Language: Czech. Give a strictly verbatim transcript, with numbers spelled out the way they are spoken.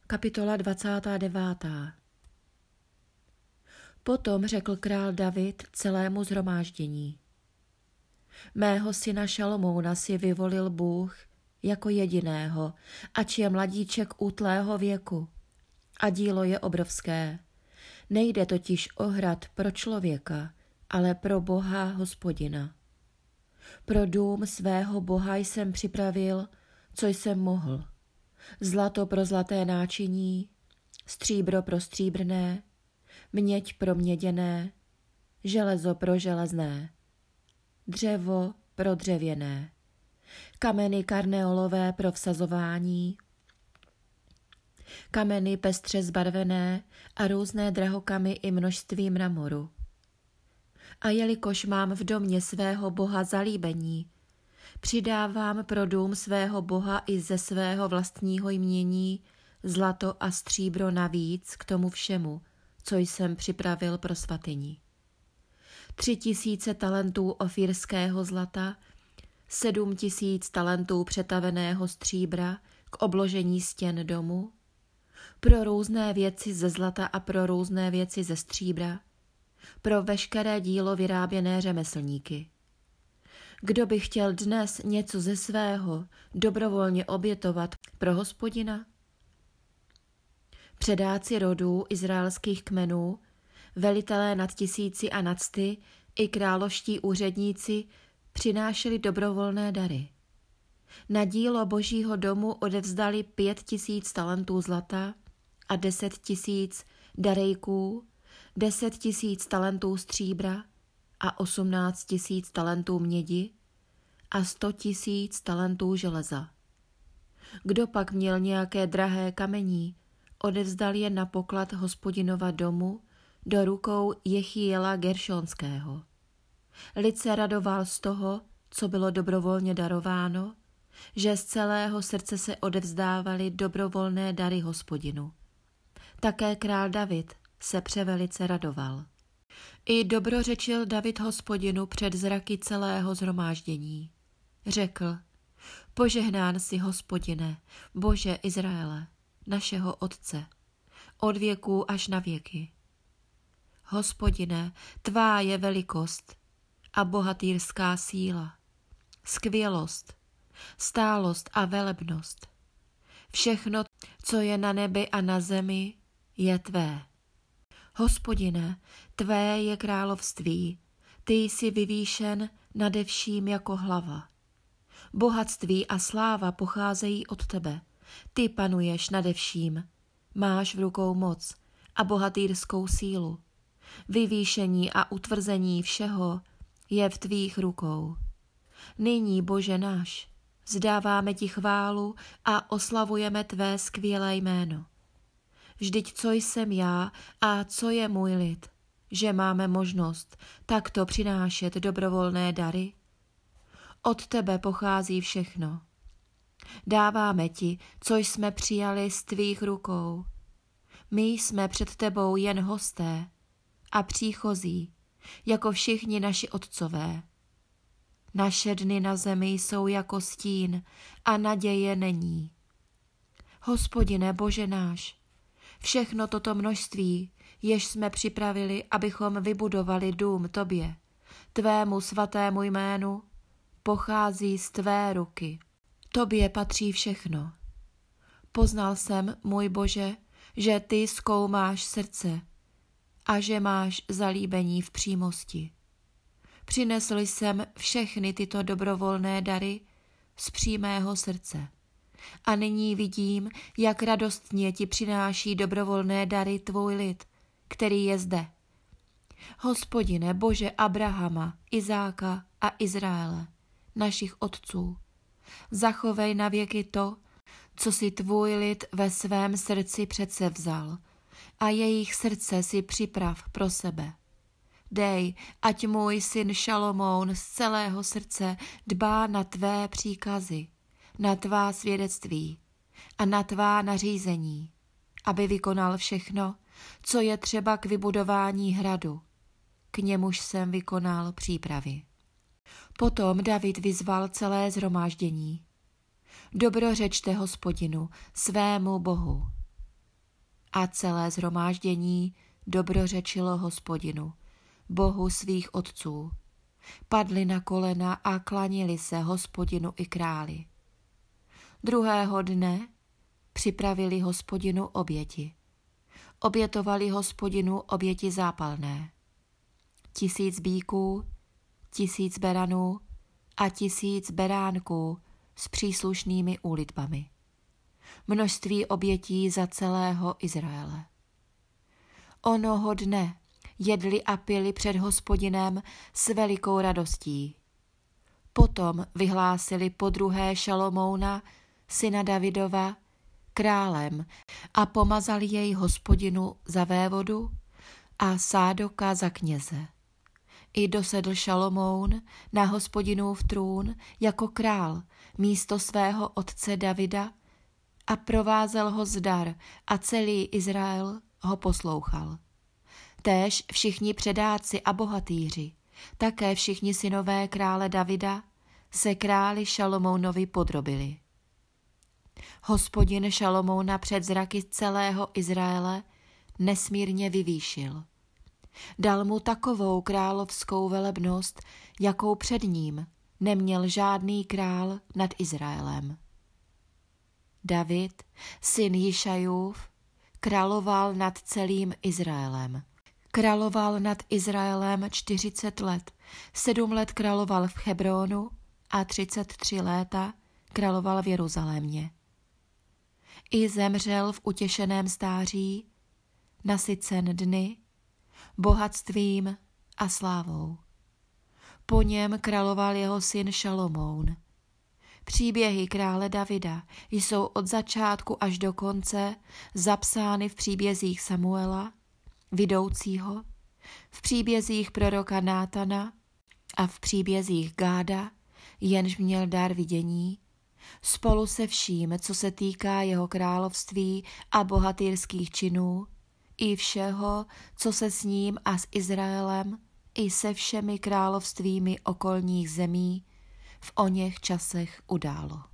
Kapitola dvacátá devátá. Potom řekl král David celému shromáždění: Mého syna Šalomouna si vyvolil Bůh jako jediného, ač je mladíček útlého věku. A dílo je obrovské. Nejde totiž o hrad pro člověka, ale pro Boha Hospodina. Pro dům svého Boha jsem připravil, co jsem mohl. Zlato pro zlaté náčiní, stříbro pro stříbrné, měď pro měděné, železo pro železné, dřevo pro dřevěné, kameny karneolové pro vsazování, kameny pestře zbarvené a různé drahokamy i množství mramoru. A jelikož mám v domě svého Boha zalíbení, přidávám pro dům svého Boha i ze svého vlastního jmění zlato a stříbro navíc k tomu všemu, co jsem připravil pro svatyni. Tři tisíce talentů ofírského zlata, sedm tisíc talentů přetaveného stříbra k obložení stěn domu, pro různé věci ze zlata a pro různé věci ze stříbra, pro veškeré dílo vyráběné řemeslníky. Kdo by chtěl dnes něco ze svého dobrovolně obětovat pro Hospodina? Předáci rodů izraelských kmenů, velitelé nad tisíci a nad sty i královští úředníci přinášeli dobrovolné dary. Na dílo Božího domu odevzdali pět tisíc talentů zlata a deset tisíc darejků, deset tisíc talentů stříbra a osmnáct tisíc talentů mědi a sto tisíc talentů železa. Kdo pak měl nějaké drahé kamení, odevzdal je na poklad Hospodinova domu do rukou Jechiela Geršonského. Lid se radoval z toho, co bylo dobrovolně darováno, že z celého srdce se odevzdávaly dobrovolné dary Hospodinu. Také král David se převelice radoval. I dobrořečil David Hospodinu před zraky celého shromáždění. Řekl: Požehnán si, Hospodine, Bože Izraele, našeho Otce, od věků až na věky. Hospodine, tvá je velikost a bohatýrská síla, skvělost, stálost a velebnost. Všechno, co je na nebi a na zemi, je tvé. Hospodine, tvé je království, ty jsi vyvýšen nade vším jako hlava. Bohatství a sláva pocházejí od tebe, ty panuješ nade vším, máš v rukou moc a bohatýrskou sílu. Vyvýšení a utvrzení všeho je v tvých rukou. Nyní, Bože náš, vzdáváme ti chválu a oslavujeme tvé skvělé jméno. Vždyť co jsem já a co je můj lid, že máme možnost takto přinášet dobrovolné dary? Od tebe pochází všechno. Dáváme ti, co jsme přijali z tvých rukou. My jsme před tebou jen hosté a příchozí, jako všichni naši otcové. Naše dny na zemi jsou jako stín a naděje není. Hospodine, Bože náš, všechno toto množství, jež jsme připravili, abychom vybudovali dům tobě, tvému svatému jménu, pochází z tvé ruky. Tobě patří všechno. Poznal jsem, můj Bože, že ty zkoumáš srdce a že máš zalíbení v přímosti. Přinesl jsem všechny tyto dobrovolné dary z přímého srdce. A nyní vidím, jak radostně ti přináší dobrovolné dary tvůj lid, který je zde. Hospodine, Bože Abrahama, Izáka a Izraele, našich otců, zachovej na věky to, co si tvůj lid ve svém srdci předsevzal, a jejich srdce si připrav pro sebe. Dej, ať můj syn Šalomoun z celého srdce dbá na tvé příkazy, na tvá svědectví a na tvá nařízení, aby vykonal všechno, co je třeba k vybudování hradu. K němuž jsem vykonal přípravy. Potom David vyzval celé shromáždění. Dobrořečte Hospodinu, svému Bohu. a celé shromáždění dobrořečilo Hospodinu, Bohu svých otců. Padli na kolena a klanili se Hospodinu i králi. Druhého dne připravili Hospodinu oběti. Obětovali Hospodinu oběti zápalné. Tisíc býků, tisíc beranů a tisíc beránků s příslušnými úlitbami. Množství obětí za celého Izraele. Onoho dne jedli a pili před Hospodinem s velikou radostí. Potom vyhlásili podruhé Šalomouna, syna Davidova, králem a pomazali jej Hospodinu za vévodu a Sádoka za kněze. I dosedl Šalomoun na Hospodinův trůn jako král místo svého otce Davida a provázel ho zdar a celý Izrael ho poslouchal. Též všichni předáci a bohatýři, také všichni synové krále Davida, se králi Šalomounovi podrobili. Hospodin Šalomouna před zraky celého Izraele nesmírně vyvýšil. Dal mu takovou královskou velebnost, jakou před ním neměl žádný král nad Izraelem. David, syn Jišajův, královal nad celým Izraelem. Královal nad Izraelem čtyřicet let, sedm let královal v Hebronu a třicet tři léta královal v Jeruzalémě. I zemřel v utěšeném stáří, nasycen dny, bohatstvím a slávou. Po něm královal jeho syn Šalomoun. Příběhy krále Davida jsou od začátku až do konce zapsány v příbězích Samuela, vidoucího, v příbězích proroka Nátana a v příbězích Gáda, jenž měl dar vidění, spolu se vším, co se týká jeho království a bohatýrských činů, i všeho, co se s ním a s Izraelem, i se všemi královstvími okolních zemí v oněch časech událo.